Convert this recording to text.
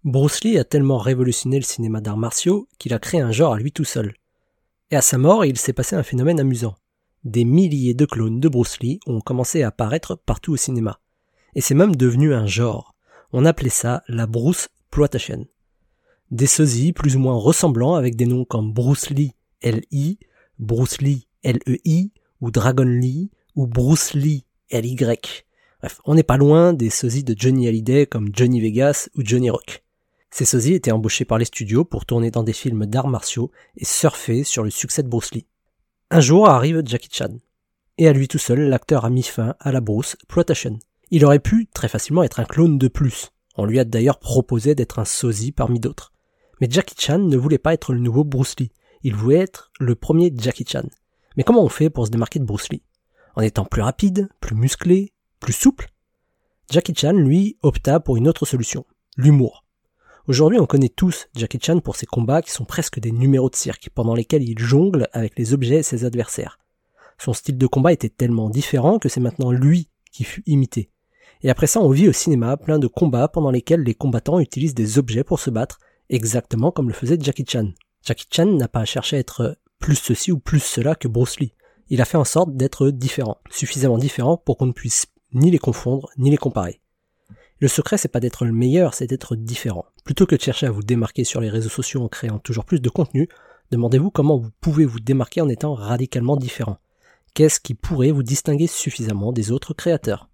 Bruce Lee a tellement révolutionné le cinéma d'arts martiaux qu'il a créé un genre à lui tout seul. Et à sa mort, il s'est passé un phénomène amusant. Des milliers de clones de Bruce Lee ont commencé à apparaître partout au cinéma. Et c'est même devenu un genre. On appelait ça la Bruce Ploitation. Des sosies plus ou moins ressemblants avec des noms comme Bruce Lee L.I., Bruce Lee L.E.I. ou Dragon Lee ou Bruce Lee L.Y. Bref, on n'est pas loin des sosies de Johnny Hallyday comme Johnny Vegas ou Johnny Rock. Ces sosies étaient embauchés par les studios pour tourner dans des films d'arts martiaux et surfer sur le succès de Bruce Lee. Un jour arrive Jackie Chan. Et à lui tout seul, l'acteur a mis fin à la Bruce Ploitation. Il aurait pu très facilement être un clone de plus. On lui a d'ailleurs proposé d'être un sosie parmi d'autres. Mais Jackie Chan ne voulait pas être le nouveau Bruce Lee. Il voulait être le premier Jackie Chan. Mais comment on fait pour se démarquer de Bruce Lee? En étant plus rapide, plus musclé, plus souple? Jackie Chan, lui, opta pour une autre solution, l'humour. Aujourd'hui, on connaît tous Jackie Chan pour ses combats qui sont presque des numéros de cirque, pendant lesquels il jongle avec les objets et ses adversaires. Son style de combat était tellement différent que c'est maintenant lui qui fut imité. Et après ça, on vit au cinéma plein de combats pendant lesquels les combattants utilisent des objets pour se battre, exactement comme le faisait Jackie Chan. Jackie Chan n'a pas cherché à être plus ceci ou plus cela que Bruce Lee. Il a fait en sorte d'être différent, suffisamment différent pour qu'on ne puisse ni les confondre, ni les comparer. Le secret, c'est pas d'être le meilleur, c'est d'être différent. Plutôt que de chercher à vous démarquer sur les réseaux sociaux en créant toujours plus de contenu, demandez-vous comment vous pouvez vous démarquer en étant radicalement différent. Qu'est-ce qui pourrait vous distinguer suffisamment des autres créateurs ?